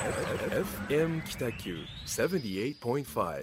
FM 北九78.5。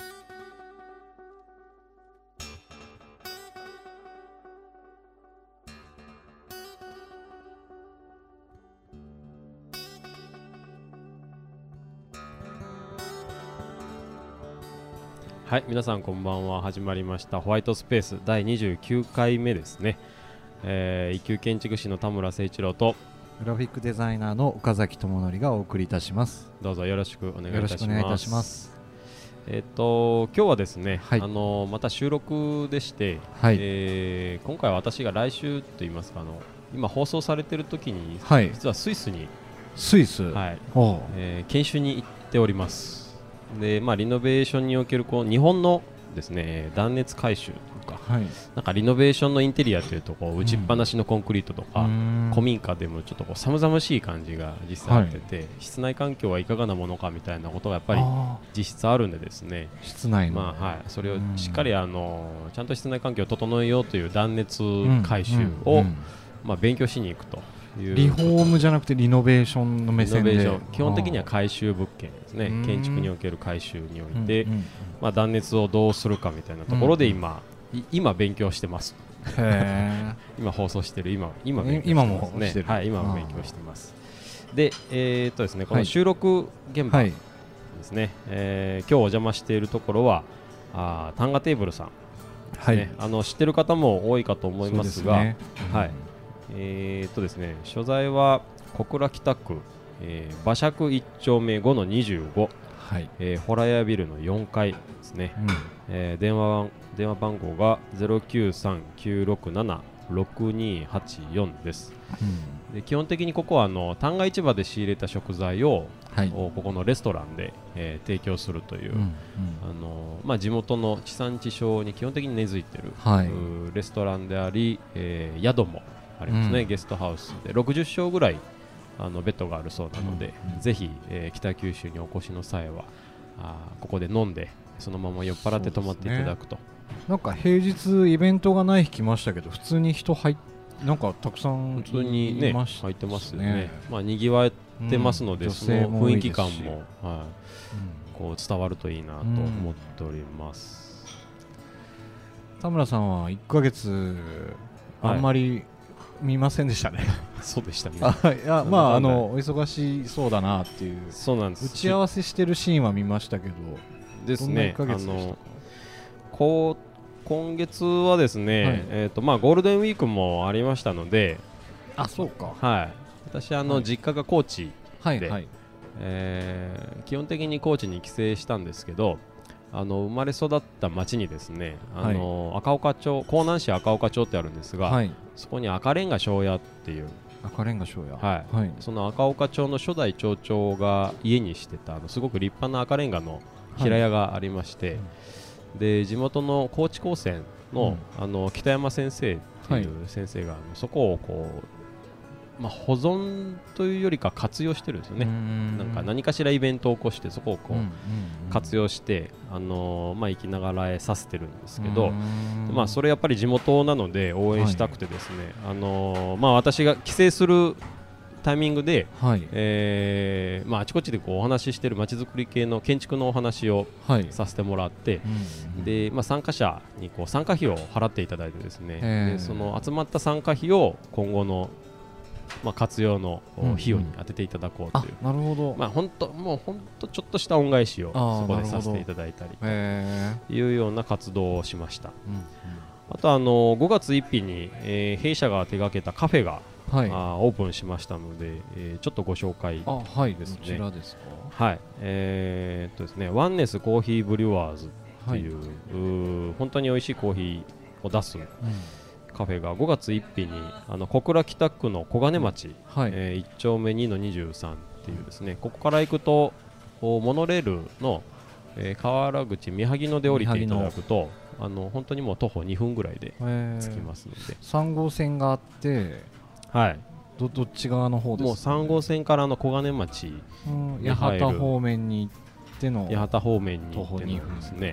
はい、皆さんこんばんは。始まりましたホワイトスペース第29回目ですね。一級建築士の田村誠一郎とグラフィックデザイナーの岡崎智則がお送りいたします。 どうぞよろしくお願いいたします。 よろしくお願いいたします。 今日はですね、 はい、 また収録でして、 はい、 今回は私が来週といいますか今放送されている時に、 はい、 実はスイスに、 はい研修に行っております。で、リノベーションにおける日本のですね、断熱改修とか、 はい、 なんかリノベーションのインテリアというと打ちっぱなしのコンクリートとか、古民家でもちょっと寒々しい感じが実際あってて、室内環境はいかがなものかみたいなことがやっぱり実質あるんでですね、 室内の、 それをしっかりちゃんと室内環境を整えようという断熱改修を勉強しに行くと。 リフォームじゃなくてリノベーションの目線で、 基本的には改修物件ですね。建築における改修において、断熱をどうするかみたいなところで今勉強してます。今放送してる今勉強してますね。はい、今も勉強してます。で、ですね、この収録現場ですね、今日お邪魔しているところはタンガテーブルさんですね。知ってる方も多いかと思いますが、はい。ですね、所在は小倉北区、馬借1丁目5の25、ホラヤビルの4階ですね。電話番号が 093-967-6284 です。で基本的にここは旦過市場で仕入れた食材を、ここのレストランで、提供するという、地元の地産地消に基本的に根付いている、レストランであり、宿もありますね。ゲストハウスで60床ぐらいベッドがあるそうなので、ぜひ、北九州にお越しの際はここで飲んでそのまま酔っ払って泊まっていただくと。 なんか平日イベントがない日来ましたけど、普通に人なんかたくさん普通にね入ってますよね。にぎわってますので、その雰囲気感もこう伝わるといいなと思っております。 田村さんは1ヶ月あんまり見ませんでしたね。 そうでしたね。 いや、お忙しそうだなっていう。 そうなんです。 打ち合わせしてるシーンは見ましたけどですね。今月はですね、ゴールデンウィークもありましたので、 そうか。 私実家が高知で、基本的に高知に帰省したんですけど、生まれ育った町にですね、赤岡町、江南市赤岡町ってあるんですが、そこに赤レンガ庄屋っていうその赤岡町の初代町長が家にしてたすごく立派な赤レンガの平屋がありまして、で地元の高知高専の、北山先生っていう先生が、そこを保存というよりか活用してるんですよね。なんか何かしらイベントを起こしてそこを活用して生きながらえさせてるんですけど、それやっぱり地元なので応援したくてですね、私が帰省するタイミングで、あちこちでお話ししているまちづくり系の建築のお話をさせてもらって、で参加者に参加費を払っていただいてですね、でその集まった参加費を今後の活用の費用に当てていただこうという、 なるほど。 本当ちょっとした恩返しをそこでさせていただいたりというような活動をしました。あと5月1日に、弊社が手掛けたカフェがオープンしましたので、ちょっとご紹介ですね。 こちらですか。ですね、ワンネスコーヒーブリュワーズっていう、本当に美味しいコーヒーを出すカフェが5月1日に小倉北区の小金町、1丁目2の23っていうですね、ここから行くとモノレールの、河原口三萩野で降りていただくと本当にもう徒歩2分ぐらいで着きますので、 3号線があって、どっち側の方ですか？ もう3号線から小金町八幡方面に行っての八幡方面に徒歩2分ですね。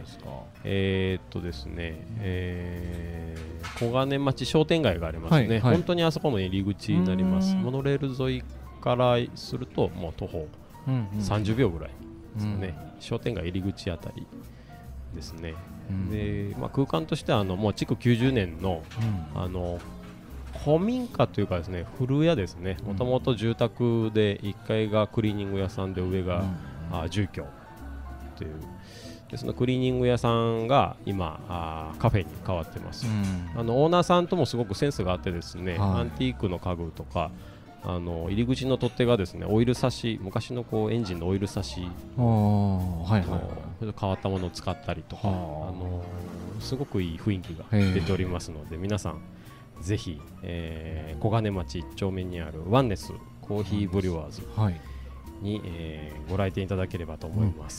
小金町商店街がありますね。本当にあそこの入り口になります。モノレール沿いからするともう徒歩 30秒ぐらいですかね、商店街入り口あたりですね。で、空間としてはもう築90年の、古民家というかですね、古屋ですね。もともと住宅で1階がクリーニング屋さんで上が、住居というで、そのクリーニング屋さんが今カフェに変わってます。オーナーさんともすごくセンスがあってですね、アンティークの家具とか入り口の取っ手がですね、オイル差し、昔のエンジンのオイル差し、変わったものを使ったりとか、すごくいい雰囲気が出ておりますので、皆さんぜひ、小金町1丁目にあるワンネスコーヒーブリュワーズに、ご来店いただければと思います。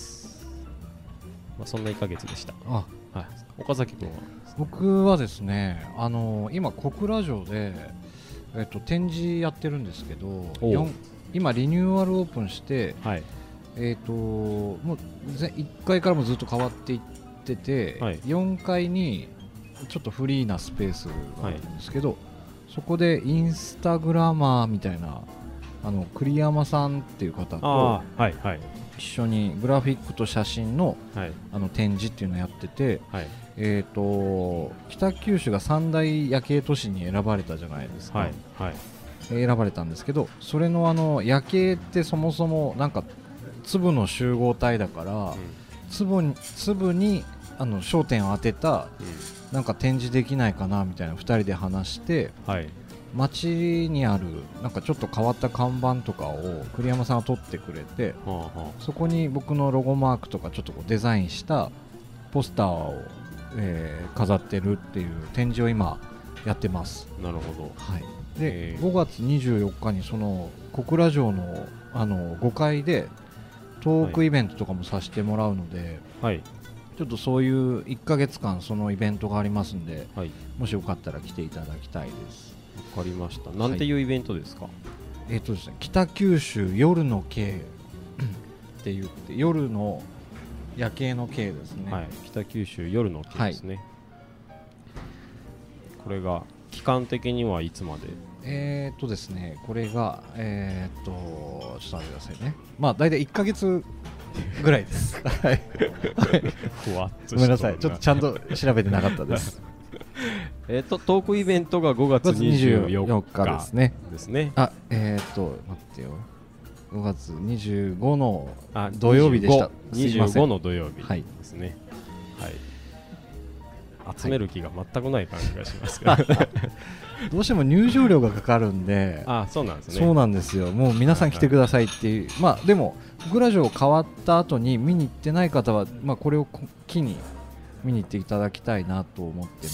そんな1ヶ月でした。岡崎君は？ 僕はですね、今小倉城で展示やってるんですけど、今リニューアルオープンして、もう1階からもずっと変わっていってて、4階にちょっとフリーなスペースがあるんですけど、そこでインスタグラマーみたいな栗山さんっていう方と一緒にグラフィックと写真の展示っていうのをやってて、北九州が三大夜景都市に選ばれたじゃないですか。選ばれたんですけど、それの夜景ってそもそもなんか粒の集合体だから、粒に焦点を当てたなんか展示できないかなみたいな2人で話して、街にあるなんかちょっと変わった看板とかを栗山さんが撮ってくれて、そこに僕のロゴマークとかちょっとデザインしたポスターを、飾ってるっていう展示を今やってます。 なるほど。 で、5月24日にその小倉城の5階でトークイベントとかもさせてもらうので、ちょっとそういう1ヶ月間そのイベントがありますんで、もしよかったら来ていただきたいです。 わかりました。なんていうイベントですか？ ですね、北九州夜の景って言って、夜の夜景の景ですね。 北九州夜の景ですね。これが期間的にはいつまで？ ですね、これがちょっと待ってくださいね。だいたい1ヶ月ぐらいです。ごめんなさい、ちょっとちゃんと調べてなかったです。 トークイベントが5月24日ですね。待ってよ。5月25の土曜日でした。 25の土曜日ですね。集める気が全くない感じがしますけど、 どうしても入場料がかかるんで。 そうなんですね。 そうなんですよ。もう皆さん来てくださいっていう。でも小倉城変わった後に見に行ってない方は、これを機に見に行っていただきたいなと思ってます。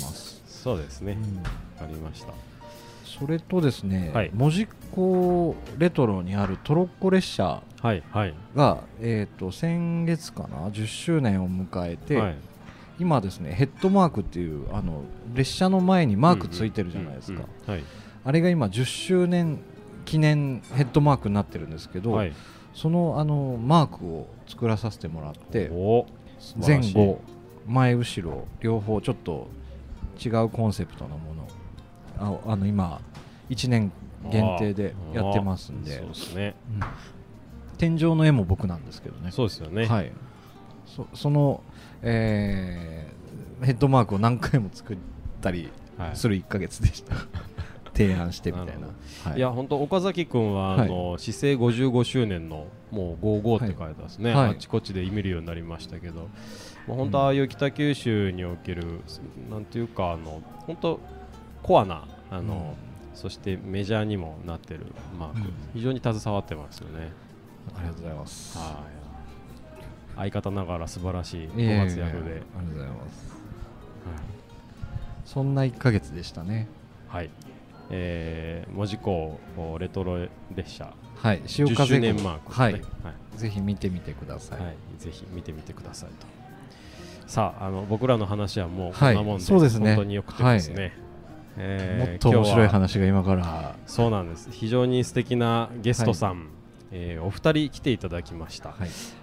そうですね。わかりました。 それとですね、門司港レトロにあるトロッコ列車が、先月かな、10周年を迎えて、今ですね、ヘッドマークっていう列車の前にマークついてるじゃないですか。あれが今10周年記念ヘッドマークになってるんですけど、そのマークを作らさせてもらって、前後前後ろ両方ちょっと違うコンセプトのものを今1年限定でやってますんで。 そうですね。 天井の絵も僕なんですけどね。 そうですよね。 そのヘッドマークを何回も作ったりする1ヶ月でした。提案してみたいな。 いや本当岡崎君は市政55周年のもう55って書いてますね。あちこちで見るようになりましたけど、本当ああいう北九州におけるなんていうか本当コアなそしてメジャーにもなってるマーク、非常に携わってますよね。 ありがとうございます。 相方ながら素晴らしいご活躍で。 ありがとうございます。そんな1ヶ月でしたね。 門司港レトロ列車、 潮風 10周年マーク、 ぜひ見てみてください。 ぜひ見てみてくださいと。さあ僕らの話はもうこんなもんで、 そうですね、 本当によくてですね、 もっと面白い話が今から。 そうなんです。非常に素敵なゲストさん、お二人来ていただきました。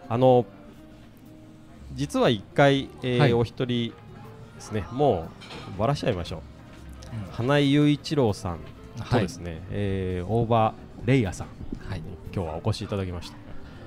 実は1回、お一人ですね、もうばらしちゃいましょう。花井雄一郎さんとですね、大場レイヤさん、今日はお越しいただきました。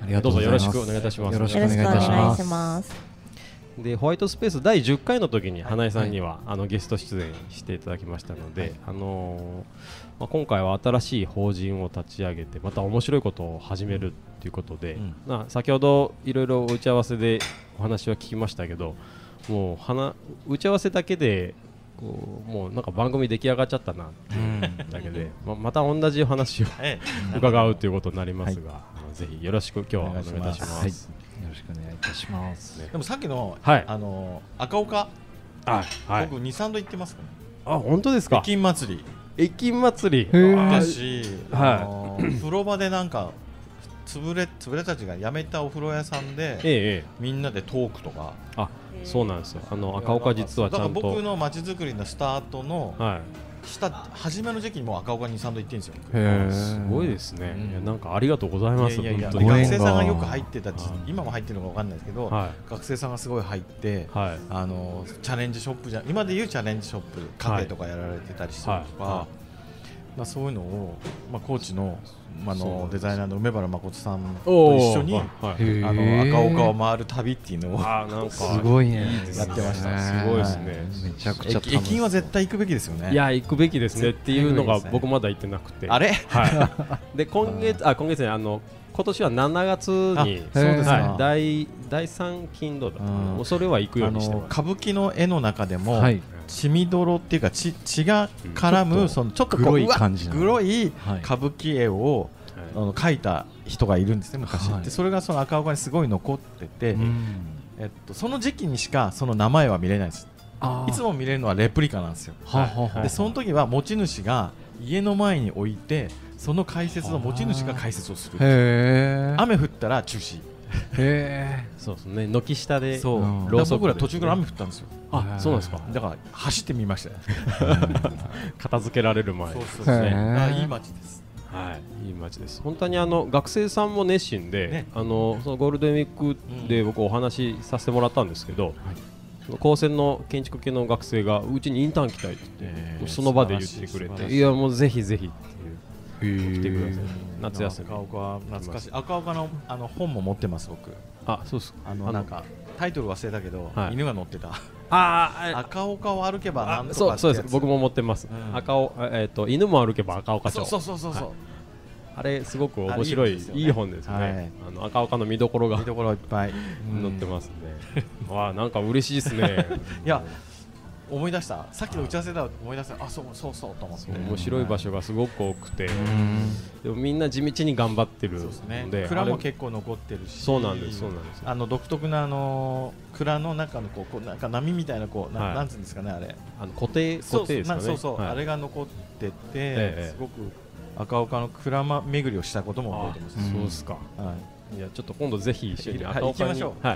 どうぞよろしくお願いいたします。 よろしくお願いいたします。 でホワイトスペース第10回の時に花井さんには、ゲスト出演していただきましたので、今回は新しい法人を立ち上げてまた面白いことを始めるということで、先ほどいろいろ打ち合わせでお話は聞きましたけど、もう打ち合わせだけでもうなんか番組出来上がっちゃったなっていうだけで、また同じ話を伺うということになりますが、ぜひよろしく今日はお願いいたします。 よろしくお願いいたします。 でもさっきの赤岡、僕2、3度行ってますかね。 あ、本当ですか。 駅員祭り。 駅員祭りだし、風呂場でなんか潰れたちが辞めたお風呂屋さんで、みんなでトークとか。 そうなんですよ。赤岡実はちゃんと僕の街づくりのスタートの初めの時期にもう赤岡に3度行ってるんですよ。 すごいですね。なんかありがとうございます。 学生さんがよく入ってた、今も入ってるのか分かんないですけど、学生さんがすごい入って、チャレンジショップ今でいうチャレンジショップカフェとかやられてたりするとか、そういうのを高知のデザイナーの梅原誠さんと一緒に赤岡を回る旅っていうのをなんかすごいねやってました。 すごいですね。 めちゃくちゃ駅員は絶対行くべきですよね。 いや行くべきですねっていうのが僕まだ行ってなくて、 あれで今月ね今年は7月に第3金土だ、もうそれは行くようにしてます。 歌舞伎の絵の中でも血みどろっていうか血が絡むそのちょっと黒い感じの黒い歌舞伎絵を描いた人がいるんですね、昔。でそれがその赤岡にすごい残ってて、その時期にしかその名前は見れないです。いつも見れるのはレプリカなんですよ。でその時は持ち主が家の前に置いて、その解説の持ち主が解説をする。雨降ったら中止。 そうですね。軒下で。 僕ら途中から雨降ったんですよ。 そうなんですか。 だから走ってみました。 片付けられる前。 そうですね。いい街です。 いい街です。本当に学生さんも熱心で、そのゴールデンウィークで僕お話しさせてもらったんですけど、高専の建築系の学生がうちにインターン来たいって言ってその場で言ってくれて、いやもうぜひぜひっていう来てください。夏休み。 赤岡は懐かしい。赤岡の本も持ってます僕。 そうですか。 なんかタイトル忘れたけど犬が乗ってた。赤岡を歩けばなんとか。 そうです。僕も持ってます。犬も歩けば赤岡町。 そう。 あれすごく面白いいい本ですね。赤岡の見どころがいっぱい載ってますね。なんか嬉しいですね。 いや思い出した。さっきの打ち合わせだ思い出した。そうと思って。 面白い場所がすごく多くて、でもみんな地道に頑張ってるので、 蔵も結構残ってるし。 そうなんです。 独特な蔵の中のなんか波みたいななんつうんですかねあれ。 固定ですかね。 そうあれが残ってて、すごく赤岡の蔵巡りをしたことも覚えてます。 そうですか。いやちょっと今度ぜひ一緒に赤岡に行きましょう。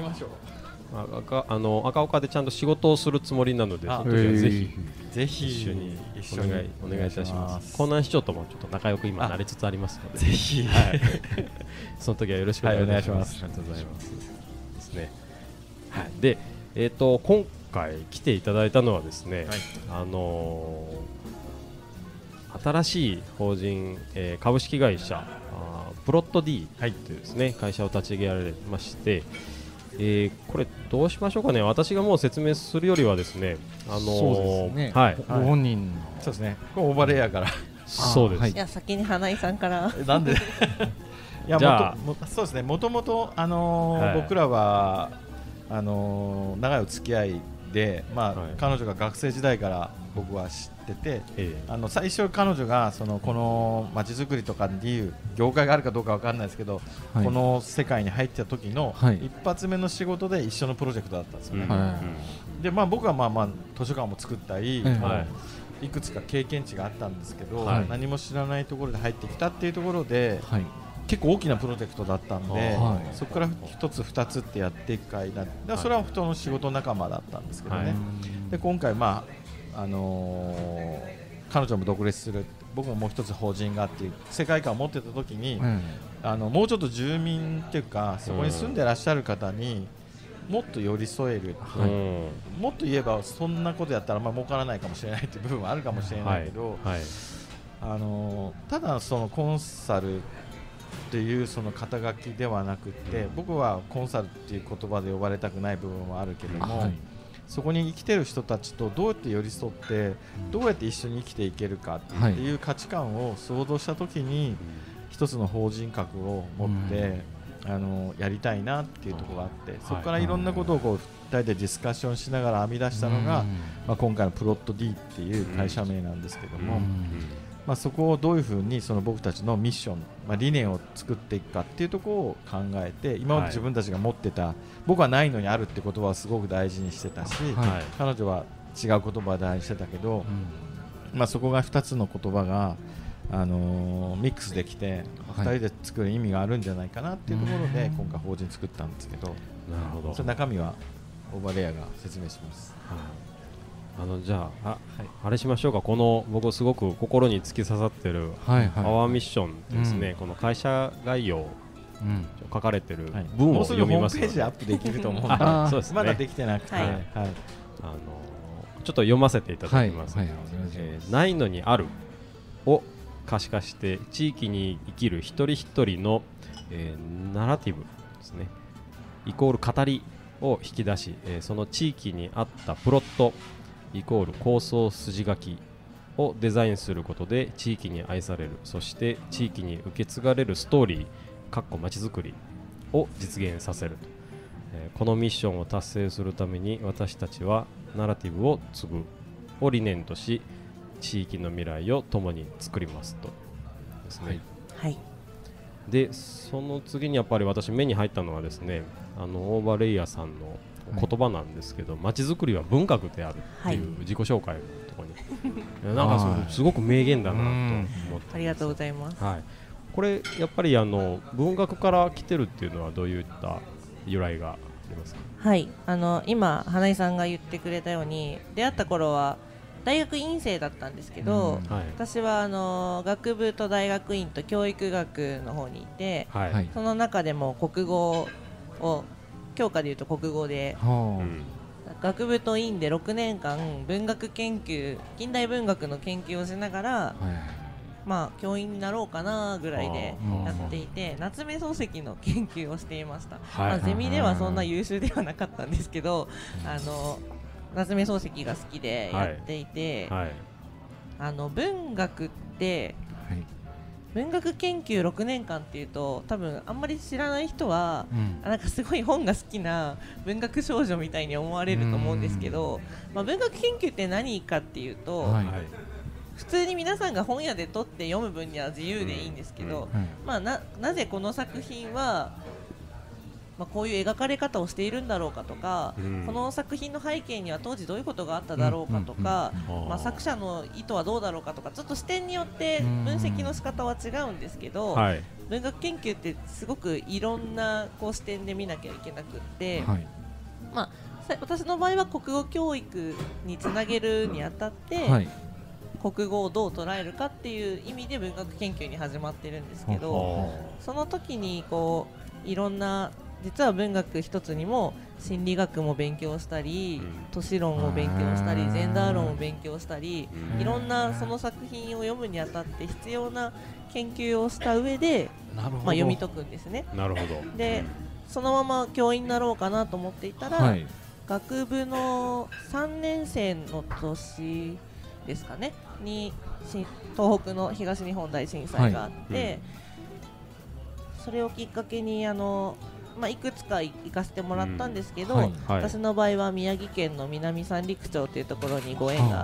赤岡でちゃんと仕事をするつもりなので、その時はぜひ一緒にお願いいたします。江南市長ともちょっと仲良く今なりつつありますので、 ぜひその時はよろしくお願いします。ありがとうございますですね。で今回来ていただいたのはですね、新しい法人株式会社プロット D というですね会社を立ち上げられまして。これどうしましょうかね。私がもう説明するよりはですね、 そうですね。ご本人そうですね。これオーバーレイヤーからそうです。 いや先に花井さんからなんでいやそうですね。もともと僕らは長いお付き合いで、彼女が学生時代から僕は知ってて、最初彼女がこの街づくりとかっていう業界があるかどうかわかんないですけど、この世界に入ってた時の一発目の仕事で一緒のプロジェクトだったんですよね。で僕は図書館も作ったり、いくつか経験値があったんですけど、何も知らないところで入ってきたっていうところで、結構大きなプロジェクトだったんで、そこから1つ2つってやっていく会だった。それは人の仕事仲間だったんですけどね。で今回彼女も独立する、僕ももう一つ法人がっていう世界観を持ってた時に、もうちょっと住民っていうかそこに住んでらっしゃる方にもっと寄り添える、もっと言えばそんなことやったら儲からないかもしれないっていう部分はあるかもしれないけど、ただそのコンサルっていうその肩書きではなくて、僕はコンサルっていう言葉で呼ばれたくない部分はあるけども、そこに生きてる人たちとどうやって寄り添ってどうやって一緒に生きていけるかっていう価値観を想像した時に一つの法人格を持ってやりたいなっていうところがあって、そこからいろんなことをこう2人でディスカッションしながら編み出したのが今回のプロット D っていう会社名なんですけども、そこをどういうふうにその僕たちのミッション、理念を作っていくかっていうところを考えて、今まで自分たちが持ってた、僕はないのにあるって言葉をすごく大事にしてたし、彼女は違う言葉を大事にしてたけど、そこが2つの言葉が、ミックスできて2人で作る意味があるんじゃないかなっていうところで今回法人作ったんですけど、 なるほど。 その中身はオーバーレイヤーが説明します。 じゃあ、あれしましょうか。この僕すごく心に突き刺さってるアワーミッションですね、この会社概要書かれてる文を読みますので、 もうすぐホームページアップできると思うんでまだできてなくて、ちょっと読ませていただきます。ないのにあるを可視化して地域に生きる一人一人の、ナラティブですね、イコール語りを引き出し、その地域に合ったプロットイコール構想筋書きをデザインすることで地域に愛される、そして地域に受け継がれるストーリーまちづくりを実現させる、このミッションを達成するために私たちはナラティブを継ぐを理念とし、地域の未来を共に作りますとですね。 はい。 でその次にやっぱり私目に入ったのはですね、オーバーレイヤーさんの言葉なんですけど、まちづくりは文学であるっていう自己紹介のところに、なんかすごく名言だなと思って、 ありがとうございます。 これやっぱり文学から来てるっていうのはどういった由来がありますか？ はい、今花井さんが言ってくれたように、出会った頃は大学院生だったんですけど、私は学部と大学院と教育学の方にいて、その中でも国語を教科でいうと国語で、学部と院で6年間文学研究、近代文学の研究をしながら、教員になろうかなぐらいでやっていて、夏目漱石の研究をしていました。ゼミではそんな優秀ではなかったんですけど、夏目漱石が好きでやっていて、文学って、文学研究6年間っていうと多分あんまり知らない人は、なんかすごい本が好きな文学少女みたいに思われると思うんですけど、文学研究って何かっていうと、普通に皆さんが本屋で取って読む分には自由でいいんですけど、なぜこの作品はこういう描かれ方をしているんだろうかとか、この作品の背景には当時どういうことがあっただろうかとか、作者の意図はどうだろうかとか、ちょっと視点によって分析の仕方は違うんですけど、文学研究ってすごくいろんな視点で見なきゃいけなくって、私の場合は国語教育につなげるにあたって、国語をどう捉えるかっていう意味で文学研究に始まってるんですけど、その時にいろんな、実は文学一つにも心理学も勉強したり、都市論を勉強したり、ジェンダー論を勉強したり、いろんなその作品を読むにあたって必要な研究をした上で、読み解くんですね。 なるほど。 でそのまま教員になろうかなと思っていたら、学部の3年生の年ですかねに東北の東日本大震災があって、それをきっかけにいくつか行かせてもらったんですけど、私の場合は宮城県の南三陸町というところにご縁があって、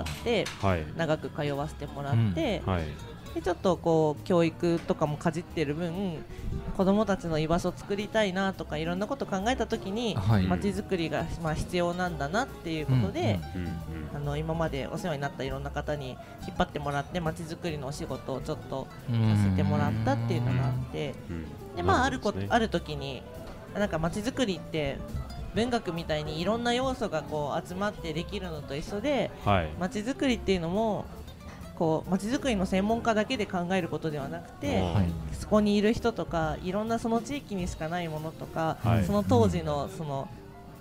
長く通わせてもらって、でちょっと教育とかもかじってる分、子どもたちの居場所を作りたいなとかいろんなことを考えたときに、まちづくりが必要なんだなっていうことで、今までお世話になったいろんな方に引っ張ってもらってまちづくりのお仕事をちょっとさせてもらったっていうのがあって、である時になんかまちづくりって文学みたいにいろんな要素が集まってできるのと一緒で、まちづくりっていうのもまちづくりの専門家だけで考えることではなくて、そこにいる人とかいろんなその地域にしかないものとか、その当時の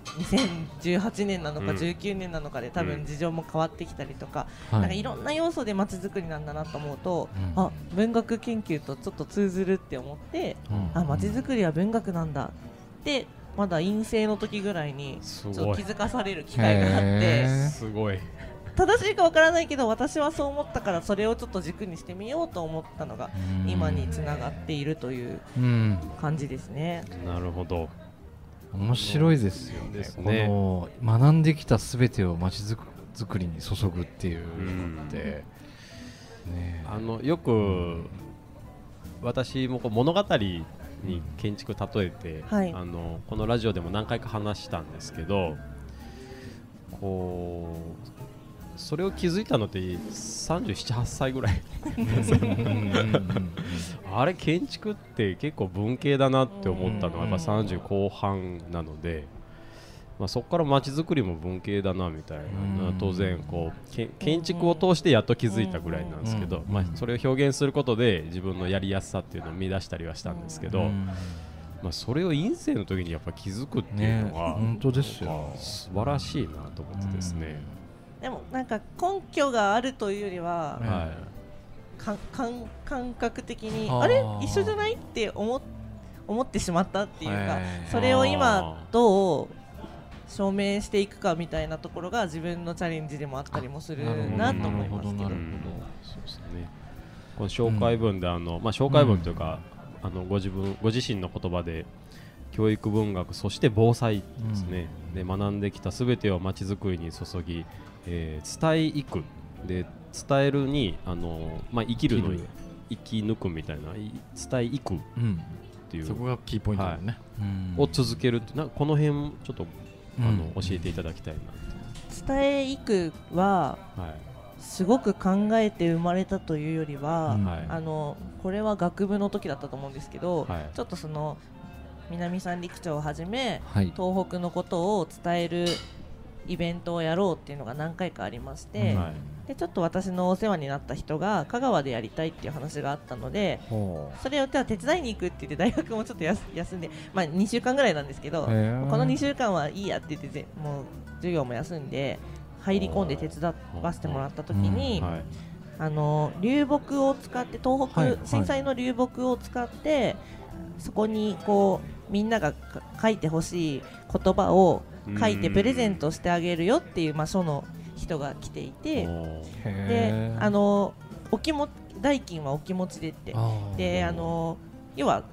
2018年なのか19年なのかで多分事情も変わってきたりとか、なんかいろんな要素でまちづくりなんだなと思うと、あ、文学研究とちょっと通ずるって思って、あ、まちづくりは文学なんだってまだ院生の時ぐらいにちょっと気づかされる機会があって、 すごい正しいかわからないけど私はそう思ったからそれをちょっと軸にしてみようと思ったのが今につながっているという感じですね。 なるほど、 面白いですよね。この学んできたすべてをまちづくりに注ぐっていうのって、 よく私もこう物語に建築例えて、このラジオでも何回か話したんですけど、こうそれを気づいたのって37、8歳ぐらいあれ建築って結構文系だなって思ったのはやっぱ30後半なので、そこから街づくりも文系だなみたいな、当然こう建築を通してやっと気づいたぐらいなんですけど、それを表現することで自分のやりやすさっていうのを見出したりはしたんですけど、それを院生の時にやっぱ気づくっていうのは本当ですよ、 素晴らしいなと思ってですね。 でもなんか根拠があるというよりは、感覚的にあれ一緒じゃないって思ってしまったっていうか、それを今どう証明していくかみたいなところが自分のチャレンジでもあったりもするなと思いますけど、そうですね。 この紹介文で紹介文というか、ご自身の言葉で教育文学そして防災ですね、で学んできたすべてをまちづくりに注ぎ、伝えいくで伝えるに生きるのに生き抜くみたいな伝えいくっていう、 そこがキーポイントだよね、 を続けるってこの辺ちょっと教えていただきたいなと。伝えいくは、すごく考えて生まれたというよりは、これは学部の時だったと思うんですけど、ちょっとその南三陸町をはじめ、東北のことを伝えるイベントをやろうっていうのが何回かありまして、でちょっと私のお世話になった人が香川でやりたいっていう話があったので、それを手伝いに行くって言って大学もちょっと休んで、2週間ぐらいなんですけど、この2週間はいいやって言ってもう授業も休んで入り込んで手伝わせてもらった時に、流木を使って東北震災の流木を使ってそこにこうみんなが書いてほしい言葉を書いてプレゼントしてあげるよっていう書の人が来ていて、で代金はお気持ちでってで要は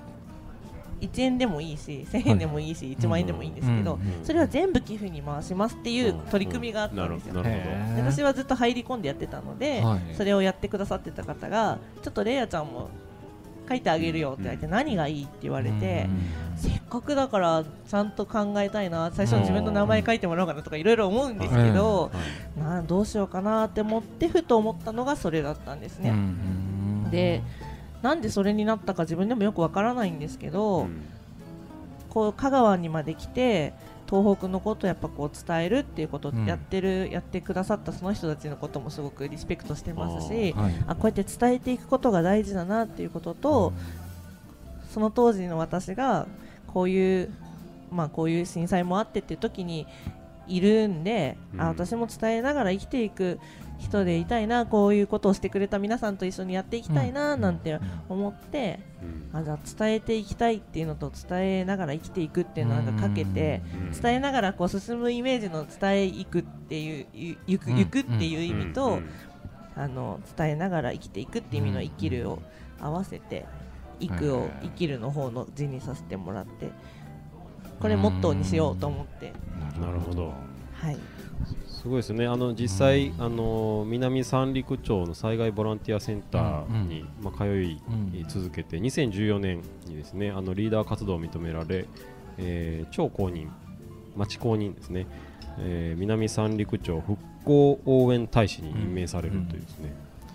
1円でもいいし1000円でもいいし1万円でもいいんですけど、それは全部寄付に回しますっていう取り組みがあったんですよ。私はずっと入り込んでやってたので、それをやってくださってた方がちょっとレイヤちゃんも書いてあげるよって言われて、何がいいって言われて、せっかくだからちゃんと考えたいな、最初に自分の名前書いてもらおうかなとかいろいろ思うんですけど、どうしようかなって思ってふと思ったのがそれだったんですね。でなんでそれになったか自分でもよくわからないんですけど、こう香川にまで来て東北のことをやっぱこう伝えるっていうことをやってくださったその人たちのこともすごくリスペクトしてますし、こうやって伝えていくことが大事だなっていうことと、その当時の私がこういう震災もあってっていう時にいるんで、私も伝えながら生きていく人でいたいな、こういうことをしてくれた皆さんと一緒にやっていきたいななんて思って、じゃあ伝えていきたいっていうのと伝えながら生きていくっていうのをなんかかけて、伝えながらこう進むイメージの伝えいくっていう行くっていう意味と、伝えながら生きていくっていう意味の生きるを合わせて、生くを生きるの方の字にさせてもらって、これモットーにしようと思って。 なるほど、 はい、 すごいですね。実際、南三陸町の災害ボランティアセンターに、通い続けて、2014年にですねリーダー活動を認められ、町公認、町公認ですね、南三陸町復興応援大使に任命されるというですね、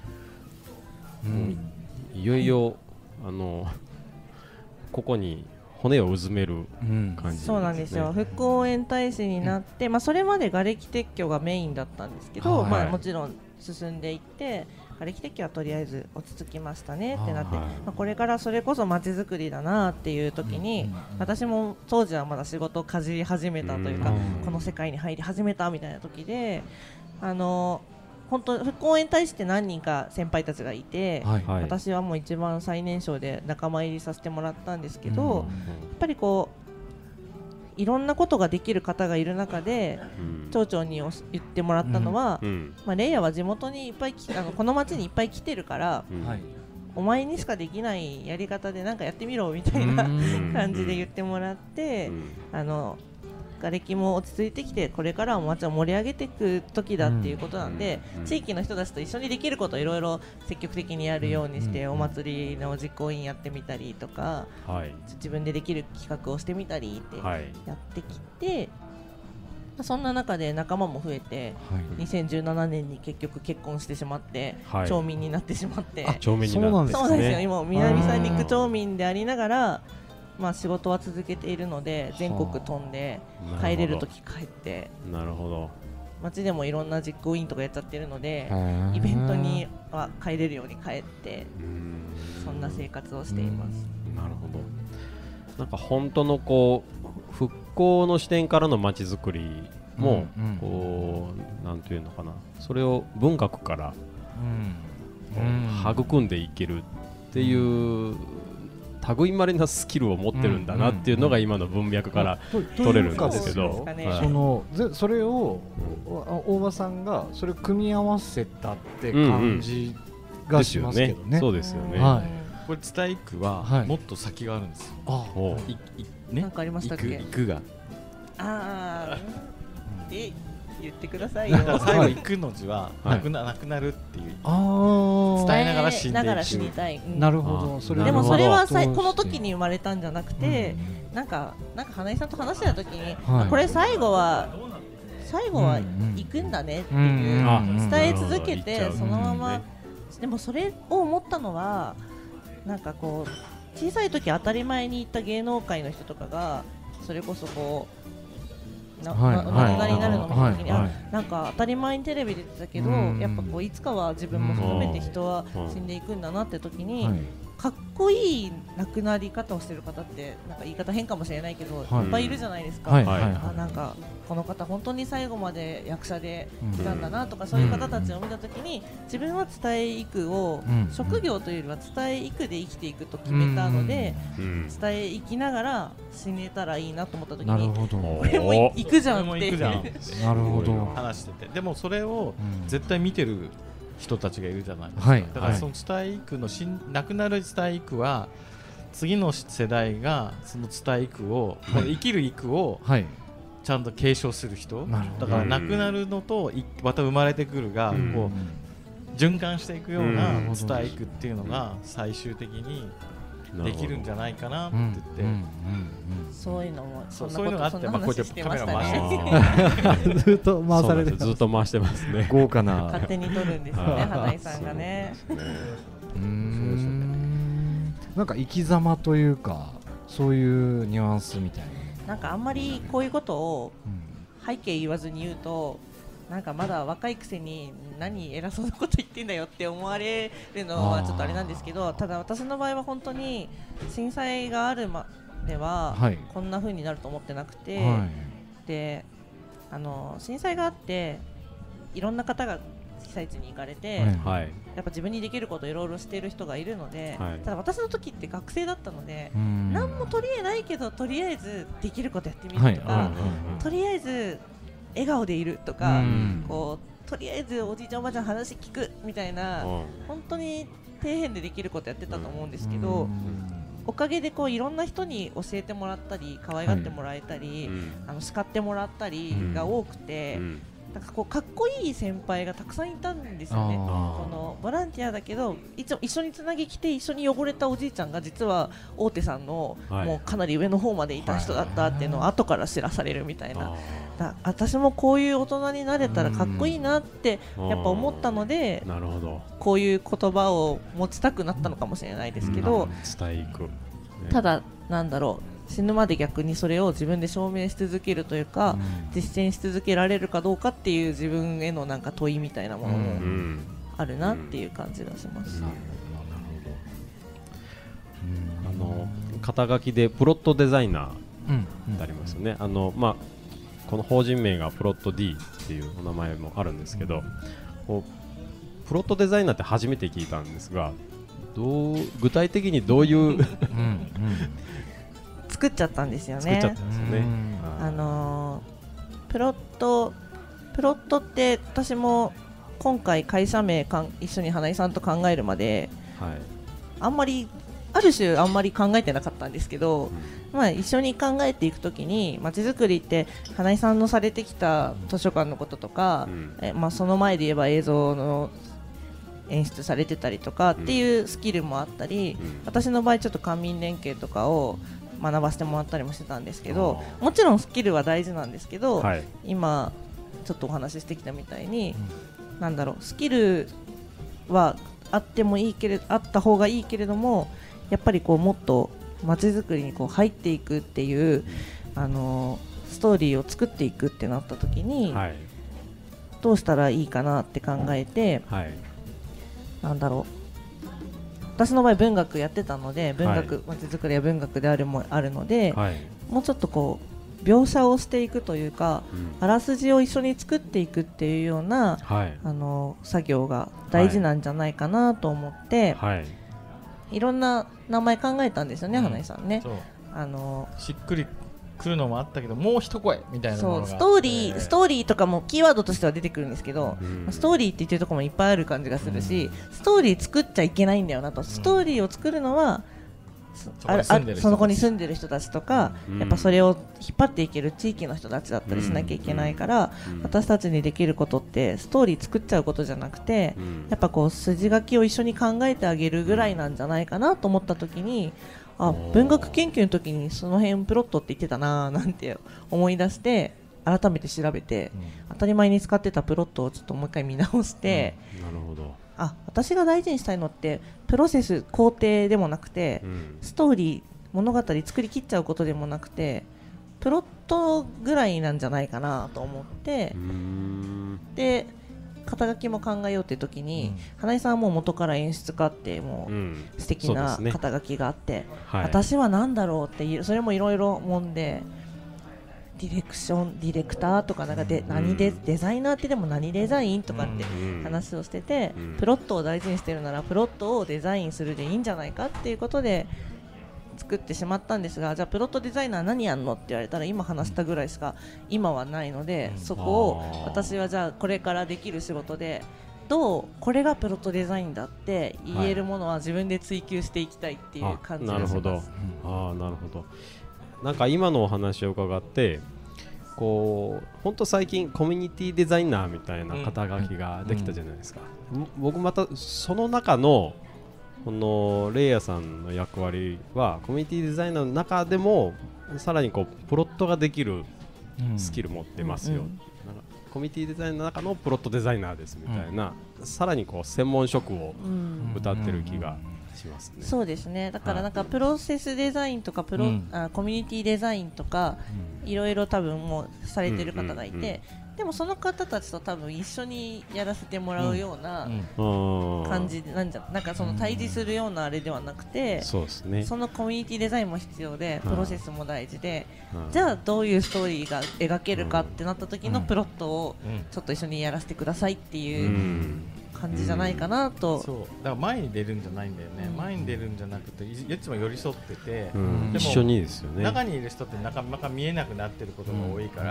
いよいよここに骨をうずめる感じですね。 そうなんですよ。復興応援大使になって、それまで瓦礫撤去がメインだったんですけど、もちろん進んでいって、 瓦礫撤去はとりあえず落ち着きましたねってなって、これからそれこそ街づくりだなっていう時に、私も当時はまだ仕事をかじり始めたというか、この世界に入り始めたみたいな時で、本当復興に対して何人か先輩たちがいて、私はもう一番最年少で仲間入りさせてもらったんですけど、やっぱりこういろんなことができる方がいる中で、町長に言ってもらったのは、レイヤは地元にいっぱいこの町にいっぱい来てるから、お前にしかできないやり方で何かやってみろみたいな感じで言ってもらって、瓦礫も落ち着いてきて、これからは町を盛り上げていく時だっていうことなんで、地域の人たちと一緒にできることをいろいろ積極的にやるようにして、お祭りの実行委員やってみたりとか、自分でできる企画をしてみたりってやってきて、そんな中で仲間も増えて、2017年に結局結婚してしまって、町民になってしまって、 町民になって、 そうなんですよ。今南三陸町民でありながら、仕事は続けているので、全国飛んで帰れるとき帰って、 なるほど、 街でもいろんな実行委員とかやっちゃってるので、イベントには帰れるように帰って、そんな生活をしています。 なるほど。なんか本当のこう復興の視点からの街づくりも、こうなんていうのかな、それを文学から育んでいけるっていう類まれなスキルを持ってるんだなっていうのが今の文脈から取れるんですけど、 それを大場さんがそれを組み合わせたって感じがしますけどね。 そうですよね。 これ蔦屋区はもっと先があるんですよ。 なんかありましたっけ？ 行くが。 言ってくださいよ。 最後行くの字はなくなるっていう。伝えながら死んでいく。 なるほど。 でもそれはこの時に生まれたんじゃなくて、なんか花井さんと話してた時に、これ最後は行くんだねっていう伝え続けて、そのまま。でもそれを思ったのは、なんかこう小さい時当たり前に行った芸能界の人とかが、それこそこう何がになるのみたいな時に、なんか当たり前にテレビで出てたけど、やっぱこういつかは自分も含めて人は死んでいくんだなって時に、かっこいい亡くなり方をしてる方って、なんか言い方変かもしれないけど、いっぱいいるじゃないですか。なんかこの方本当に最後まで役者でいたんだなとか、そういう方たちを見たときに、自分は伝え育を職業というよりは伝え育で生きていくと決めたので、伝え生きながら死ねたらいいなと思ったときに、これも行くじゃんってなるほど話してて、でもそれを絶対見てる人たちがいるじゃないですか。だからその蔦屋区の亡くなる蔦屋区は、次の世代がその蔦屋区を、生きる育をちゃんと継承する人だから、亡くなるのとまた生まれてくるがこう循環していくような蔦屋区っていうのが最終的にできるんじゃないかなって言って、 そういうのもそういうのがあって、こうやってカメラ回してずっと回されてずっと回してますね。 豪華な勝手に撮るんですよね、花井さんがね。 なんか生き様というか、そういうニュアンスみたいな。 なんかあんまりこういうことを背景言わずに言うと、なんかまだ若いくせに何偉そうなこと言ってんだよって思われるのはちょっとあれなんですけど、ただ私の場合は本当に震災があるまではこんな風になると思ってなくて、で震災があっていろんな方が被災地に行かれて、やっぱ自分にできることをいろいろしている人がいるので、ただ私の時って学生だったので、何も取り柄ないけどとりあえずできることやってみるとか、とりあえず笑顔でいるとか、こうとりあえずおじいちゃんおばあちゃん話聞くみたいな、本当に底辺でできることやってたと思うんですけど、おかげでこういろんな人に教えてもらったり可愛がってもらえたり、叱ってもらったりが多くて、なんかこうかっこいい先輩がたくさんいたんですよね。このボランティアだけど一緒につなぎ来て一緒に汚れたおじいちゃんが実は大手さんのもうかなり上の方までいた人だったっていうのを後から知らされるみたいな、私もこういう大人になれたらかっこいいなってやっぱ思ったので、こういう言葉を持ちたくなったのかもしれないですけど、 伝えいく、 ただなんだろう、死ぬまで逆にそれを自分で証明し続けるというか、実践し続けられるかどうかっていう自分へのなんか問いみたいなものもあるなっていう感じがします。 肩書きでプロットデザイナーってありますよね。この法人名がプロット D っていうお名前もあるんですけど、プロットデザイナーって初めて聞いたんですが、具体的にどういう作っちゃったんですよね。 作っちゃったんですよね。 プロットって私も今回会社名一緒に花井さんと考えるまで、ある種あんまり考えてなかったんですけど、一緒に考えていくときにまちづくりって花井さんのされてきた図書館のこととか、その前で言えば映像の演出されてたりとかっていうスキルもあったり、私の場合ちょっと官民連携とかを学ばせてもらったりもしてたんですけど、もちろんスキルは大事なんですけど、今ちょっとお話ししてきたみたいに、スキルはあった方がいいけれども、やっぱりもっと街づくりに入っていくっていうストーリーを作っていくってなった時に、どうしたらいいかなって考えて、私の場合文学やってたので、街づくりは文学であるので、もうちょっと描写をしていくというか、あらすじを一緒に作っていくっていうような、作業が大事なんじゃないかなと思って、いろんな名前考えたんですよね、花井さんね。 しっくりくるのもあったけど、もう一声みたいなものがあって、 ストーリーとかもキーワードとしては出てくるんですけど、ストーリーって言ってるところもいっぱいある感じがするし、ストーリー作っちゃいけないんだよなと。ストーリーを作るのはその子に住んでる人たちとか、やっぱそれを引っ張っていける地域の人たちだったりしなきゃいけないから、私たちにできることってストーリー作っちゃうことじゃなくて、やっぱ筋書きを一緒に考えてあげるぐらいなんじゃないかなと思った時に、文学研究の時にその辺プロットって言ってたななんて思い出して、改めて調べて、当たり前に使ってたプロットをちょっともう一回見直して、 なるほど。 私が大事にしたいのってプロセス工程でもなくて、ストーリー物語作り切っちゃうことでもなくて、プロットぐらいなんじゃないかなと思って、で肩書きも考えようって時に、花井さんはもう元から演出家ってもう素敵な肩書きがあって、私は何だろうってそれもいろいろもんで、ディレクターとかデザイナーってでも何デザインとかって話をしてて、プロットを大事にしてるならプロットをデザインするでいいんじゃないかっていうことで作ってしまったんですが、じゃあプロットデザイナー何やんのって言われたら、今話したぐらいしか今はないので、そこを私はじゃあこれからできる仕事でこれがプロットデザインだって言えるものは自分で追求していきたいっていう感じがします。 なるほど。なるほど。なんか今のお話を伺って、本当最近コミュニティデザイナーみたいな肩書きができたじゃないですか。僕またその中のこのレイヤさんの役割は、コミュニティデザイナーの中でもさらにプロットができるスキル持ってますよ、なんかコミュニティデザイナーの中のプロットデザイナーですみたいな、さらに専門職を歌ってる気がしますね。 そうですね。だからプロセスデザインとかコミュニティデザインとかいろいろ多分もうされてる方がいて、でもその方たちと多分一緒にやらせてもらうような感じなんかその対峙するようなあれではなくて、 そうですね、 そのコミュニティデザインも必要で、プロセスも大事で、じゃあどういうストーリーが描けるかってなった時のプロットをちょっと一緒にやらせてくださいっていう感じじゃないかなと。 そうだから前に出るんじゃないんだよね、前に出るんじゃなくていつも寄り添ってて、 でも一緒にですよね。 中にいる人ってなかなか見えなくなってることが多いから、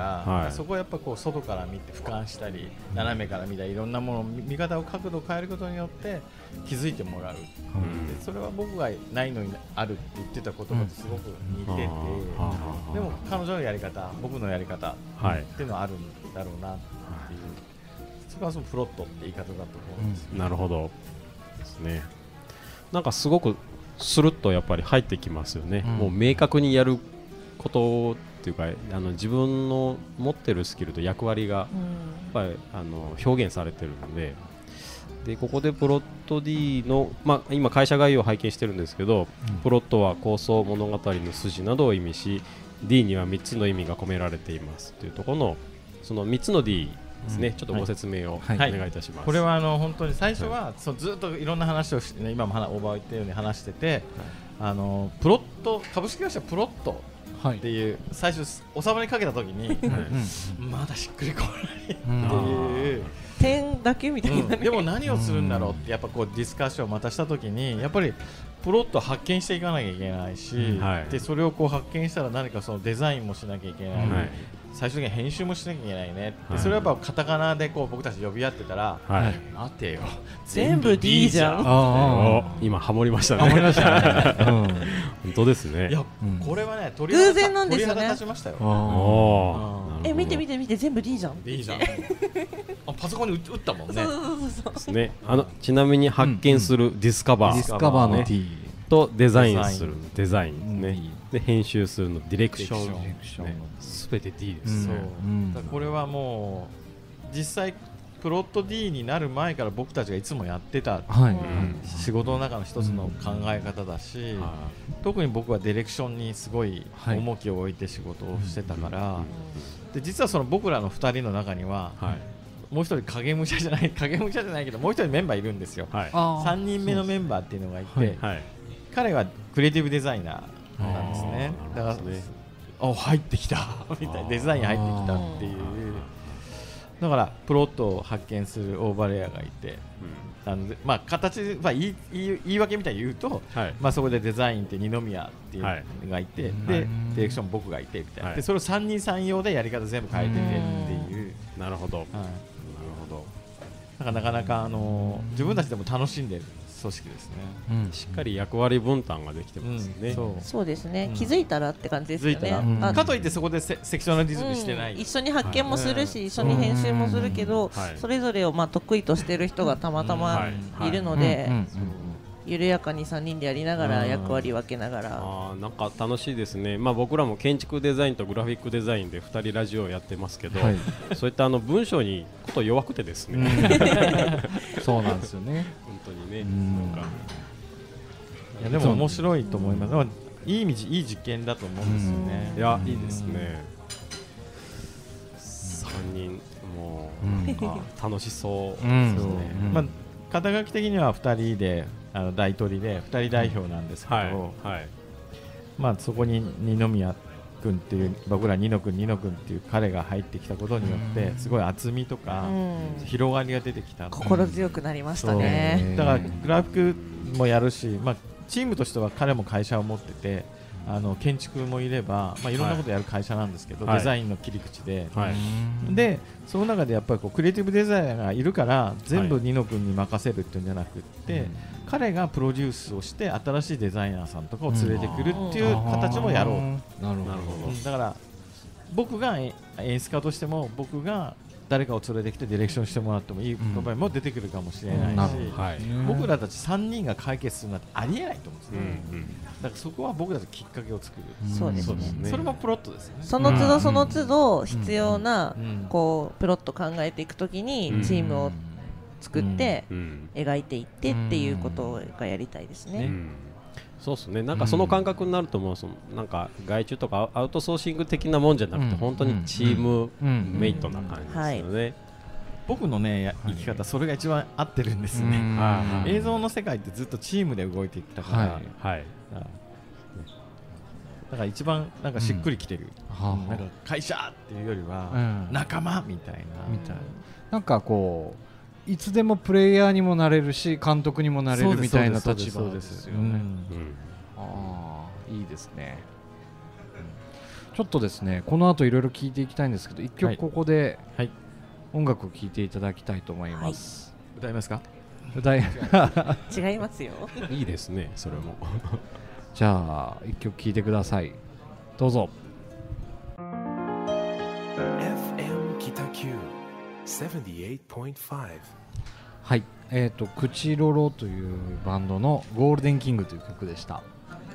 そこをやっぱ外から見て俯瞰したり、斜めから見たり、いろんなもの見方を角度を変えることによって気づいてもらう、でそれは僕がないのにあるって言ってた言葉とすごく似てて、でも彼女のやり方、僕のやり方っていうのはあるんだろうなっていう、それはそのプロットって言い方だと思うんです。 なるほどですね。なんかすごくスルッとやっぱり入ってきますよね、もう明確にやることっていうか、自分の持ってるスキルと役割がやっぱり表現されてるので、ここでプロット D の、今会社概要を拝見してるんですけど、プロットは構想、物語の筋などを意味し、 D には3つの意味が込められていますというところの、その3つの D ですね、ちょっとご説明をお願いいたします。 これは本当に最初はずっといろんな話をしてね、今もオーバー言ったように話してて、プロット株式会社プロットっていう最初収まりかけた時にまだしっくりこないっていう点だけみたいな、 でも何をするんだろうってやっぱこうディスカッションをまたした時にやっぱりプロットを発見していかなきゃいけないし、でそれをこう発見したら何かそのデザインもしなきゃいけない、最終的に編集もしなきゃいけないね、でそれはやっぱカタカナでこう僕たち呼び合ってたら、待てよ全部 D じゃん。 今ハモりましたね。本当ですね。 いやこれはね偶然なんですよね。 鳥肌立ちましたよ。 見て全部 D じゃん。 D じゃん。パソコンに打ったもんね。 ですね。ちなみに発見するディスカバーの D とデザインするデザインね。で編集するのディレクションすべて D です。 これはもう実際プロット D になる前から僕たちがいつもやってた仕事の中の一つの考え方だし、特に僕はディレクションにすごい重きを置いて仕事をしてたから、で実はその僕らの2人の中にはもう一人影武者じゃないけどもう一人メンバーいるんですよ。3人目のメンバーっていうのがいて、彼はクリエイティブデザイナーなんですね。だから入ってきたみたいな、デザイン入ってきたっていう。だからプロットを発見するオーバーレイヤーがいて、形、言い訳みたいに言うと、そこでデザインって二宮っていうのがいて、でディレクション僕がいてみたいな、でそれを三人三様でやり方全部変えててっていう。 なるほど。 なかなか自分たちでも楽しんでる組織ですね。 しっかり役割分担ができてますね。 そうですね。気づいたらって感じですよね。 かといってそこでセクショナリズムしてない。 一緒に発見もするし、一緒に編集もするけど、それぞれを得意としている人がたまたまいるので、緩やかに3人でやりながら役割分けながら。 なんか楽しいですね。僕らも建築デザインとグラフィックデザインで2人ラジオをやってますけど、そういった文章にこと弱くてですね。 そうなんですよね。 本当にね。 いやでも面白いと思います。いい意味いい実験だと思うんですよね。 いやいいですね。3人もう楽しそうですね。 肩書き的には2人で大取りで2人代表なんですけど、そこに二宮君っていう僕ら二野君っていう彼が入ってきたことによってすごい厚みとか広がりが出てきた。 心強くなりましたね。 だからグラフィックもやるし、チームとしては彼も会社を持ってて、建築もいれば、いろんなことやる会社なんですけど、デザインの切り口で、でその中でやっぱりクリエイティブデザイナーがいるから全部二野君に任せるっていうんじゃなくって、彼がプロデュースをして新しいデザイナーさんとかを連れてくるっていう形もやろう。 なるほど。 だから僕が演出家としても僕が誰かを連れてきてディレクションしてもらってもいい場合も出てくるかもしれないし、僕らたち3人が解決するなんてありえないと思うんですね。だからそこは僕たちきっかけを作る。 そうですね。 それもプロットですよね。 その都度必要なこうプロット考えていくときにチームを作って描いていってっていうことがやりたいですね。 そうですね。なんかその感覚になるともうなんか外注とかアウトソーシング的なもんじゃなくて本当にチームメイトな感じですよね。 僕のね生き方それが一番合ってるんですね。映像の世界ってずっとチームで動いていったから、だから一番なんかしっくりきてる。なんか会社っていうよりは仲間みたいな。 なんかこういつでもプレイヤーにもなれるし監督にもなれるみたいな立場ですよね。いいですね。ちょっとですねこの後いろいろ聞いていきたいんですけど一曲ここで音楽を聴いていただきたいと思います。 歌いますか？ 違いますよ。 いいですねそれも。 じゃあ一曲聴いてください。どうぞ。 FM 北九 78.5。 はい、クチロロというバンドのゴールデンキングという曲でした。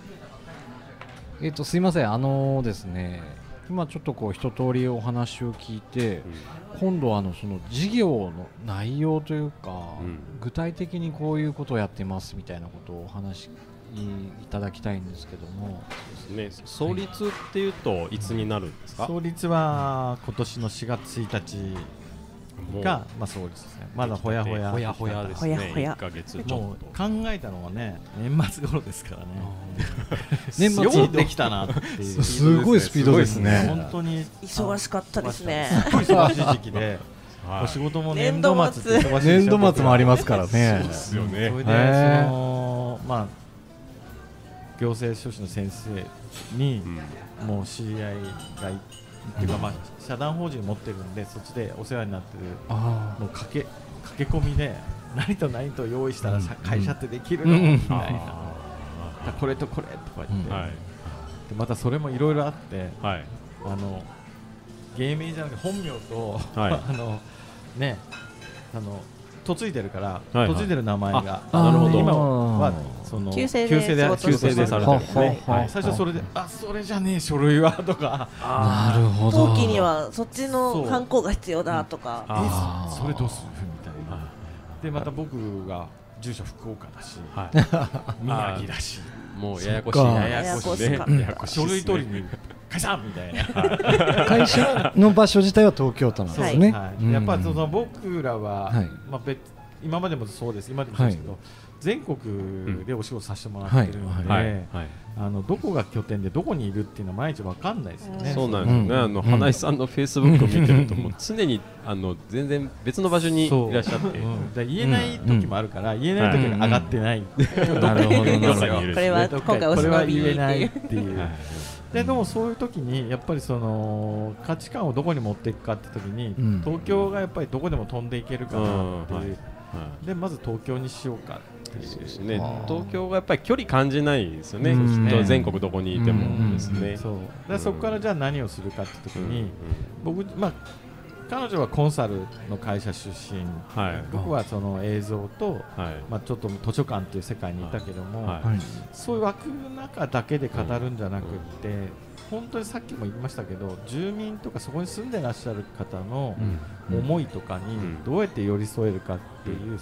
すいませんですね今ちょっとこう一通りお話を聞いて、今度はその事業の内容というか、具体的にこういうことをやってますみたいなことをお話しいただきたいんですけども。 ですね、創立っていうといつになるんですか？ 創立は今年の4月1日がまあそうですね。まだほやほやですね。1ヶ月ちょっと。 もう考えたのはね年末頃ですからね。年末よくできたなっていう。 すごいスピードですね。 本当に忙しかったですね。 忙しい時期で。お仕事も年度末って忙しい。 年度末もありますからね。 そうですよね。 それでまあ行政書士の先生にもう知り合いがっていうかまあ社団法人持ってるんでそっちでお世話になってるもう駆け込みで何と何と用意したら会社ってできるのみたいなこれとこれとか言ってでまたそれもいろいろあって芸名じゃなくて本名とね嫁いでるから嫁いでる名前がなるほど今はその旧姓でされてるんですね。 最初それでそれじゃねえ書類はとかなるほど登記にはそっちのハンコが必要だとかそれどうするみたいなでまた僕が住所福岡だし宮城だしもうややこしいね書類取りに解散みたいな会社の場所自体は東京都なんですね。 やっぱり僕らは今までもそうです今でもそうですけど全国でお仕事させてもらってるのでどこが拠点でどこにいるっていうのは毎日分かんないですよね。 そうなんですよね。花井さんのフェイスブックを見てるともう常に全然別の場所にいらっしゃって言えない時もあるから言えない時が上がってないなるほどこれは今回お忍び言えないっていうでもそういう時にやっぱりその価値観をどこに持っていくかって時に東京がやっぱりどこでも飛んでいけるかなっていうでまず東京にしようかっていうですね。東京がやっぱり距離感じないですよね。全国どこにいてもですね。 そこからじゃあ何をするかって時に僕彼女はコンサルの会社出身僕はその映像とちょっと図書館っていう世界にいたけどもそういう枠の中だけで語るんじゃなくって本当にさっきも言いましたけど住民とかそこに住んでらっしゃる方の思いとかにどうやって寄り添えるかっていう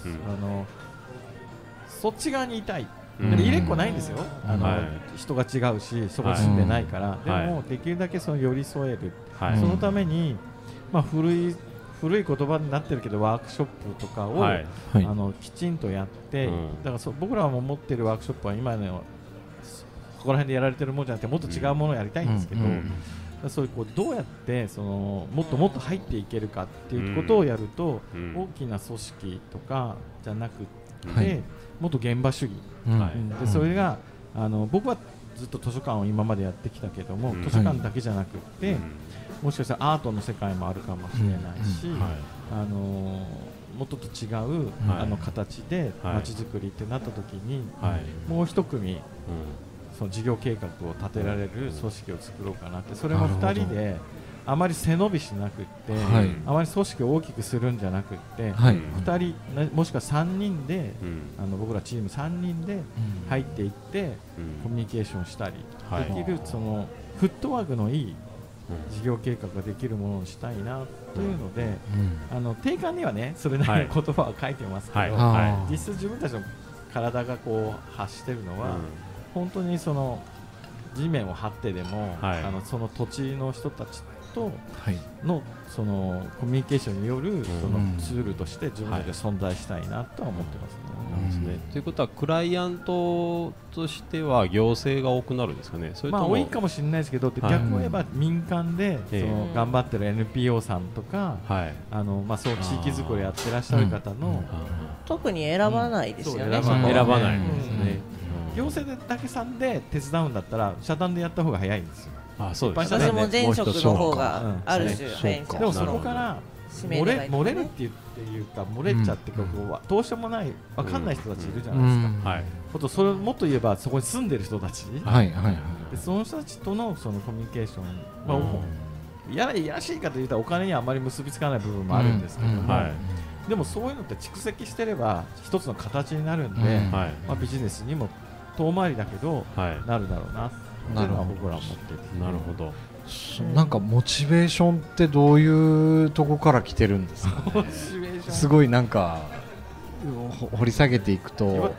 そっち側にいたい入れっこないんですよ人が違うしそこに住んでないからでもできるだけその寄り添えるそのために古い言葉になってるけどワークショップとかをきちんとやってだから僕らも持ってるワークショップは今のここら辺でやられてるものじゃなくてもっと違うものをやりたいんですけどそういうどうやってもっともっと入っていけるかっていうことをやると大きな組織とかじゃなくてもっと現場主義でそれが僕はずっと図書館を今までやってきたけども図書館だけじゃなくてもしかしたらアートの世界もあるかもしれないしもっと違う形で街づくりってなった時にもう一組その事業計画を立てられる組織を作ろうかなってそれも2人であまり背伸びしなくってあまり組織を大きくするんじゃなくって2人もしくは3人で僕らチーム3人で入っていってコミュニケーションしたりできるそのフットワークのいい事業計画ができるものにしたいなというので定款にはねそれなりの言葉は書いてますけど実質自分たちの体がこう発しているのは本当にその地面を張ってでもその土地の人たちとのそのコミュニケーションによるそのツールとして自分たちで存在したいなとは思ってますね。 ということはクライアントとしては行政が多くなるんですかね。それとも多いかもしれないですけど逆を言えば民間でその頑張ってる NPO さんとかそう地域づくりやってらっしゃる方の特に選ばないですよね。 選ばないですね。 行政だけさんで手伝うんだったら社団でやった方が早いんですよ。 そうです私も前職の方がある種早いんですよ。 でもそこから漏れるっていうか漏れちゃってどうしようもない分かんない人たちいるじゃないですか。それもっと言えばそこに住んでる人たちその人たちとのそのコミュニケーションいやらしいかというとお金にはあまり結びつかない部分もあるんですけどもでもそういうのって蓄積してれば一つの形になるんでビジネスにも遠回りだけどなるだろうなっていうのは僕らは思っていて。 なるほど。 なんかモチベーションってどういうとこから来てるんですかね。すごいなんか掘り下げていくと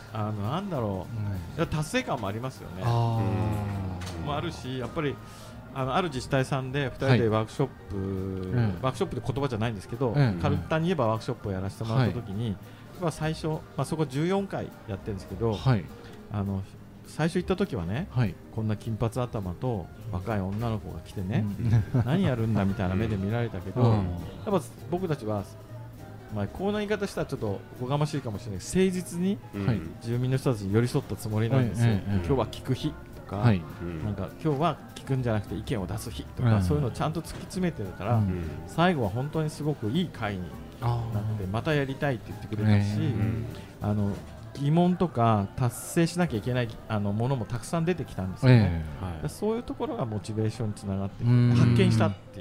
なんだろう達成感もありますよね。もあるしやっぱりある自治体さんで2人でワークショップ、ワークショップで言葉じゃないんですけど、簡単に言えばワークショップをやらせてもらった時に、最初、そこ14回やってるんですけど、最初行った時はね、こんな金髪頭と若い女の子が来てね、何やるんだみたいな目で見られたけど、やっぱ僕たちは、こんな言い方したらちょっとおこがましいかもしれないけど、誠実に住民の人たちに寄り添ったつもりなんですよ。今日は聞く日とか、なんか今日は聞くんじゃなくて意見を出す日とか、そういうのをちゃんと突き詰めてるから、最後は本当にすごくいい会になってまたやりたいって言ってくれたし、疑問とか達成しなきゃいけないものもたくさん出てきたんですよね。そういうところがモチベーションにつながって発見したっていう、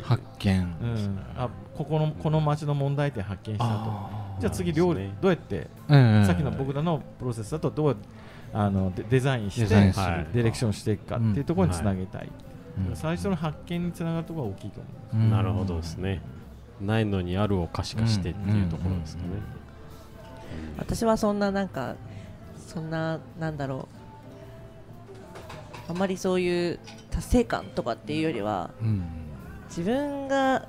この町の問題点発見したと。じゃあ次どうやってさっきの僕らのプロセスだとどうデザインしてディレクションしていくかっていうところにつなげたい。最初の発見につながるところが大きいと思います。 なるほどですね。ないのにあるを可視化してっていうところですかね。 私はそんななんだろう、あまりそういう達成感とかっていうよりは、自分が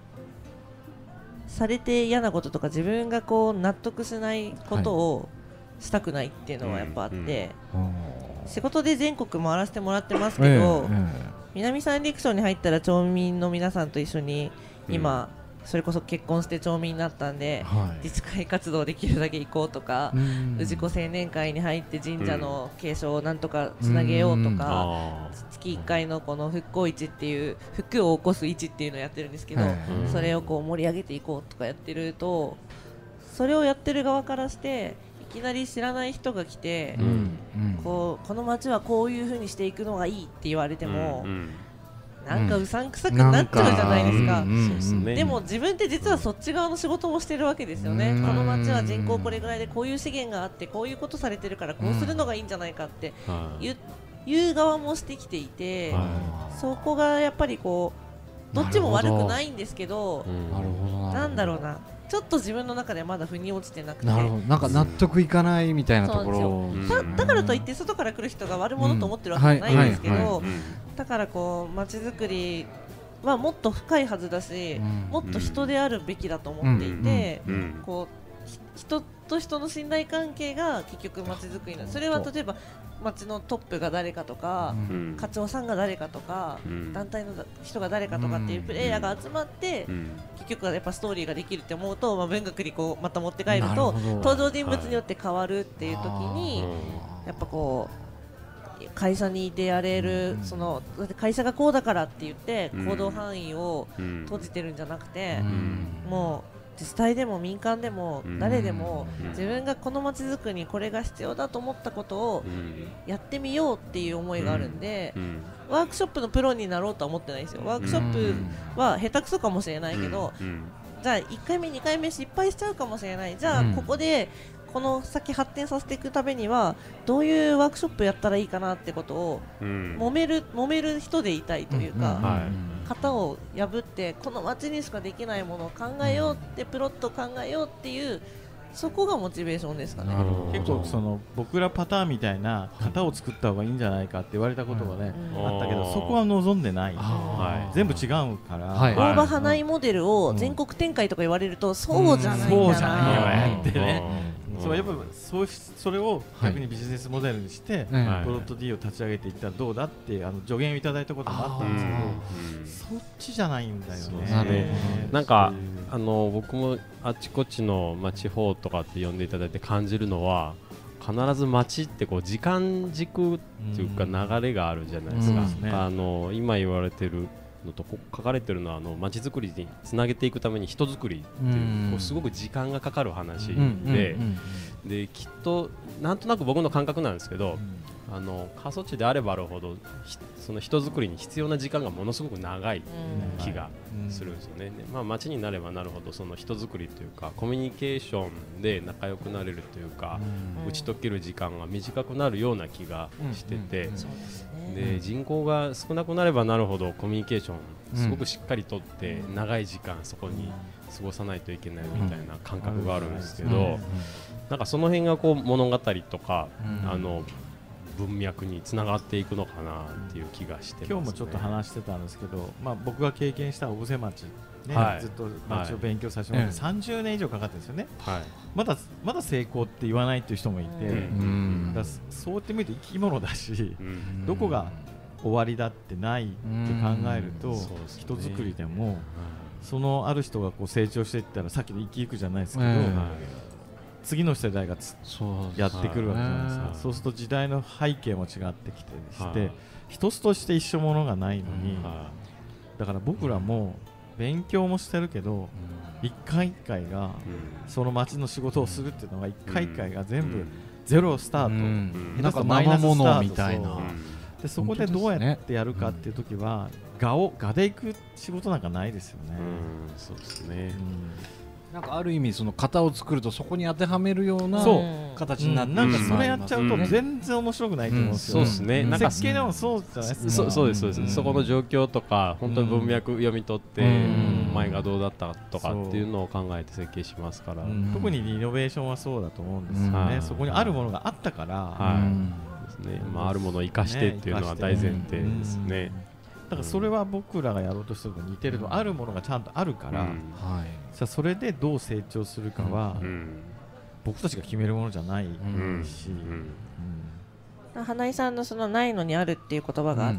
されて嫌なこととか自分がこう納得しないことをしたくないっていうのはやっぱあって、仕事で全国回らせてもらってますけど、南三陸町に入ったら町民の皆さんと一緒に今、それこそ結婚して町民になったんで、自治会活動できるだけ行こうとか、氏子青年会に入って神社の継承をなんとかつなげようとか、月1回のこの復興市っていう福を起こす市っていうのをやってるんですけど、それをこう盛り上げていこうとかやってると、それをやってる側からしていきなり知らない人が来て、この町はこういう風にしていくのがいいって言われても、なんかうさんくさくなっちゃうじゃないですか。でも自分って実はそっち側の仕事もしてるわけですよね。この町は人口これぐらいでこういう資源があってこういうことされてるからこうするのがいいんじゃないかって言う側もしてきていて、そこがやっぱりこうどっちも悪くないんですけど、なんだろうな、ちょっと自分の中でまだ腑に落ちてなくて、 なんか納得いかないみたいなところだからといって外から来る人が悪者と思ってるわけじゃないんですけど、だからこう街づくりはもっと深いはずだし、もっと人であるべきだと思っていて、こう人と人の信頼関係が結局街づくりな、それは例えば町のトップが誰かとか、課長さんが誰かとか、団体の人が誰かとかっていうプレイヤーが集まって、結局はやっぱストーリーができるって思うと、文学にこうまた持って帰ると登場人物によって変わるっていう時に、やっぱこう会社にいてやれる、だって会社がこうだからって言って行動範囲を閉じてるんじゃなくて、もう自治体でも民間でも誰でも自分がこの街づくりにこれが必要だと思ったことをやってみようっていう思いがあるんで、ワークショップのプロになろうとは思ってないですよ。ワークショップは下手くそかもしれないけど、じゃあ1回目2回目失敗しちゃうかもしれない、じゃあここでこの先発展させていくためにはどういうワークショップやったらいいかなってことを揉める人でいたいというか、型を破ってこの街にしかできないものを考えようってプロット考えようっていう、そこがモチベーションですかね。 結構僕らパターンみたいな型を作った方がいいんじゃないかって言われたことがね、あったけど、そこは望んでない、全部違うから、 大場花井モデルを全国展開とか言われると、そうじゃないんだな、 そうじゃないよってね。やっぱそれを逆にビジネスモデルにして、プロット D を立ち上げていったらどうだって助言をいただいたこともあったんですけど、そっちじゃないんだよね。 なんか僕もあちこちの地方とかって呼んでいただいて感じるのは、必ず街ってこう時間軸っていうか流れがあるじゃないですか。今言われてるのと書かれてるのは街づくりにつなげていくために人づくりっていう、こうすごく時間がかかる話で、きっとなんとなく僕の感覚なんですけど、過疎地であればあるほどその人づくりに必要な時間がものすごく長い気がするんですよね。街になればなるほどその人づくりというかコミュニケーションで仲良くなれるというか、打ち解ける時間が短くなるような気がしてて、で人口が少なくなればなるほどコミュニケーションすごくしっかりとって長い時間そこに過ごさないといけないみたいな感覚があるんですけど、なんかその辺がこう物語とか文脈につながっていくのかなっていう気がしてますね。 今日もちょっと話してたんですけど、僕が経験した小布施町、ずっと町を勉強させてもらって30年以上かかってるんですよね、まだ成功って言わないっていう人もいて、だそうやって見ると生き物だし、どこが終わりだってないって考えると、人づくりでもそのある人がこう成長していったらさっきの生きゆくじゃないですけど、次の世代がやってくるわけじゃないですか。そうすると時代の背景も違ってきてして一つとして一緒ものがないのに、だから僕らも勉強もしてるけど一回一回がその町の仕事をするっていうのが一回一回が全部ゼロスタート、 なんか生ものみたいな。 でそこでどうやってやるかっていう時は我で行く仕事なんかないですよね。 そうですね。 なんかある意味その型を作るとそこに当てはめるような形になって、 なんかそれやっちゃうと全然面白くないと思うんですよ。 そうですね。なんか設計でもそうじゃないですか。 そうです。そこの状況とか本当に文脈読み取って前がどうだったとかっていうのを考えて設計しますから。 特にリノベーションはそうだと思うんですよね。そこにあるものがあったからですね。あるものを生かしてっていうのは大前提ですね。 だからそれは僕らがやろうとしてるのと似てると、あるものがちゃんとあるから、それでどう成長するかは僕たちが決めるものじゃないし、 花井さんのそのないのにあるっていう言葉があって、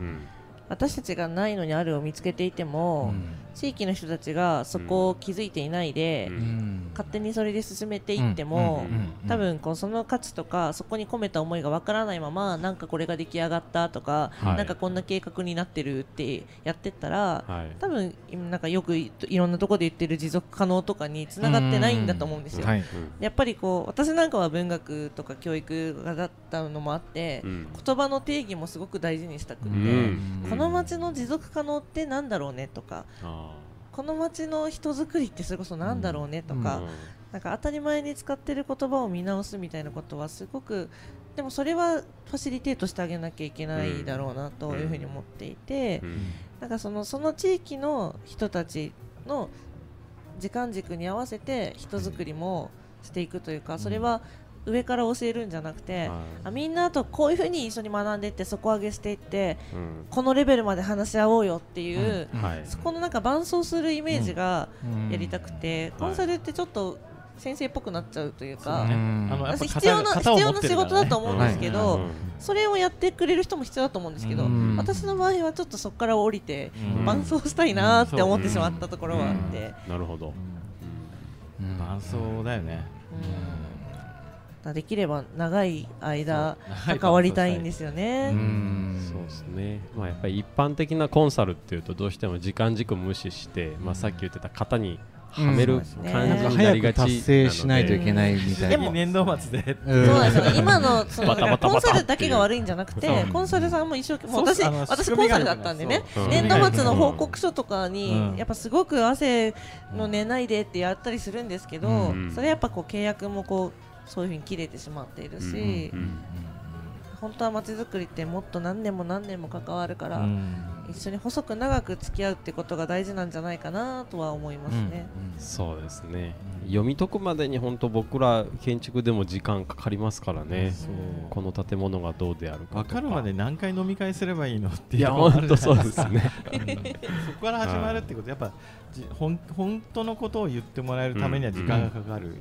私たちがないのにあるを見つけていても、地域の人たちがそこを気づいていないで、勝手にそれで進めていっても、多分その価値とかそこに込めた思いがわからないまま、なんかこれが出来上がったとか、なんかこんな計画になってるってやってったら、多分なんかよくいろんなところで言ってる持続可能とかにつながってないんだと思うんですよ。やっぱり私なんかは文学とか教育だったのもあって、言葉の定義もすごく大事にしたくて、この街の持続可能ってなんだろうねとか、この街の人づくりってそれこそなんだろうねとか、なんか当たり前に使ってる言葉を見直すみたいなことはすごく、でもそれはファシリテートしてあげなきゃいけないだろうなというふうに思っていて、なんかその地域の人たちの時間軸に合わせて人づくりもしていくというか、それは上から教えるんじゃなくて、みんなとこういうふうに一緒に学んでいって底上げしていって、このレベルまで話し合おうよっていう、そこのなんか伴走するイメージがやりたくて、コンサルってちょっと先生っぽくなっちゃうというか、必要な仕事だと思うんですけど、それをやってくれる人も必要だと思うんですけど、私の場合はちょっとそこから降りて伴走したいなって思ってしまったところはあって。 なるほど。 伴走だよね。 できれば長い間関わりたいんですよね。 そうですね。やっぱり一般的なコンサルっていうとどうしても時間軸無視して、さっき言ってた型にはめる感じになりがちなので、 達成しないといけないみたいな。 でも年度末で。 そうなんですよ。今のコンサルだけが悪いんじゃなくて、コンサルさんも一生懸命、私コンサルだったんでね、年度末の報告書とかにやっぱすごく汗の寝ないでってやったりするんですけど、それやっぱ契約もそういうふうに切れてしまっているし、本当は街づくりってもっと何年も何年も関わるから、一緒に細く長く付き合うってことが大事なんじゃないかなとは思いますね。 そうですね。読み解くまでに本当僕ら建築でも時間かかりますからね。この建物がどうであるかとか分かるまで何回飲み会すればいいのっていう。 いや本当そうですね。 そこから始まるってこと、やっぱ本当のことを言ってもらえるためには時間がかかる。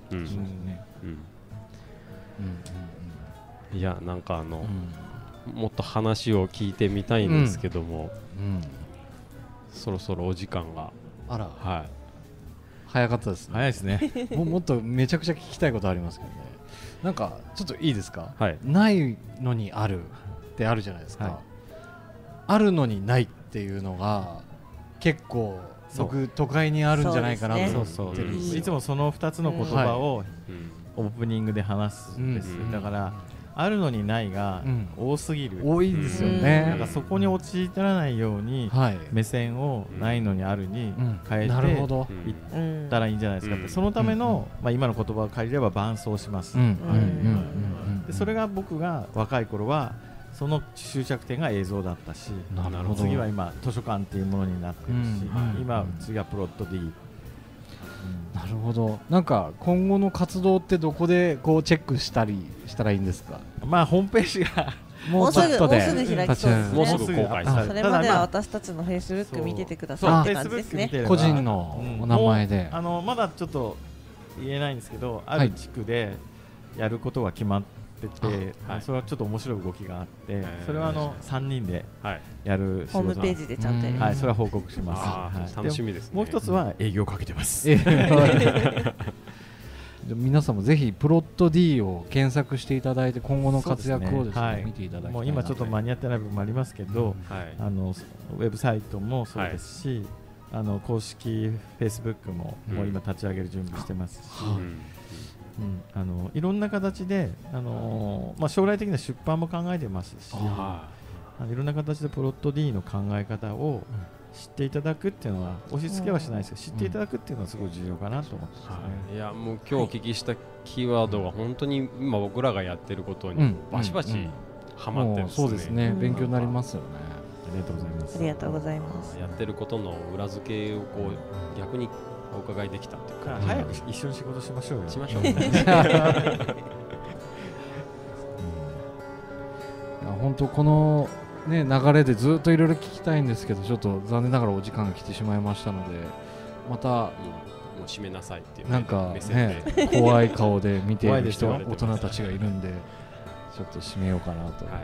いやなんかもっと話を聞いてみたいんですけども、そろそろお時間が。 あら、早かったですね。 早いですね。 もっとめちゃくちゃ聞きたいことありますけどね。なんかちょっといいですか。 はい。 ないのにあるってあるじゃないですか。あるのにないっていうのが結構僕都会にあるんじゃないかなと思ってる。 いつもその2つの言葉をオープニングで話すんです。だからあるのにないが多すぎる。 多いですよね。 なんかそこに陥らないように目線をないのにあるに変えていったらいいんじゃないですかって。そのための今の言葉を借りれば伴走します。でそれが僕が若い頃はその終着点が映像だったし、次は今図書館っていうものになってるし、今次はプロット D なるほど。なんか今後の活動ってどこでこうチェックしたりしたらいいんですか？ まあホームページがもうすぐ開きそうですね。 もうすぐ公開される。 それまでは私たちのフェイスブック見ててくださいって感じですね。 個人のお名前で。 まだちょっと言えないんですけど、ある地区でやることが決まってて、それはちょっと面白い動きがあって、それは3人でやるホームページでちゃんとやります。 それは報告します。 楽しみですね。 もう一つは営業かけてます。 皆さんもぜひプロット D を検索していただいて今後の活躍をですね見ていただきたいなと。 もう今ちょっと間に合ってない部分もありますけど、ウェブサイトもそうですし、公式フェイスブックももう今立ち上げる準備してますし、いろんな形で将来的な出版も考えてますし、いろんな形でプロット D の考え方を知っていただくっていうのは押し付けはしないですけど、知っていただくっていうのはすごい重要かなと思ってますね。 いやもう今日お聞きしたキーワードは本当に今僕らがやってることにバシバシはまってるんですね。 そうですね、勉強になりますよね。 ありがとうございます。 ありがとうございます。 やってることの裏付けをこう逆にお伺いできたっていうか、 早く一緒に仕事しましょうよ。 しましょう。 本当このね、流れでずっといろいろ聞きたいんですけど、ちょっと残念ながらお時間が来てしまいましたので、またもう締めなさいっていうなんかね怖い顔で見ている人大人たちがいるんで、ちょっと締めようかなと思います。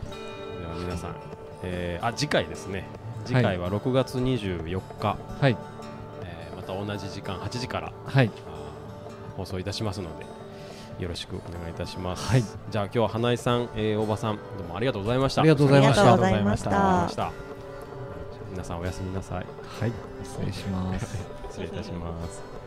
では皆さん、次回ですね。次回は6月24日、 はい、 また同じ時間8時から、放送いたしますのでよろしくお願いいたします。はい、じゃあ今日は花井さん、大場さんどうもありがとうございました。 ありがとうございました。 ありがとうございました。 皆さんおやすみなさい。 はい、失礼します。 失礼いたします。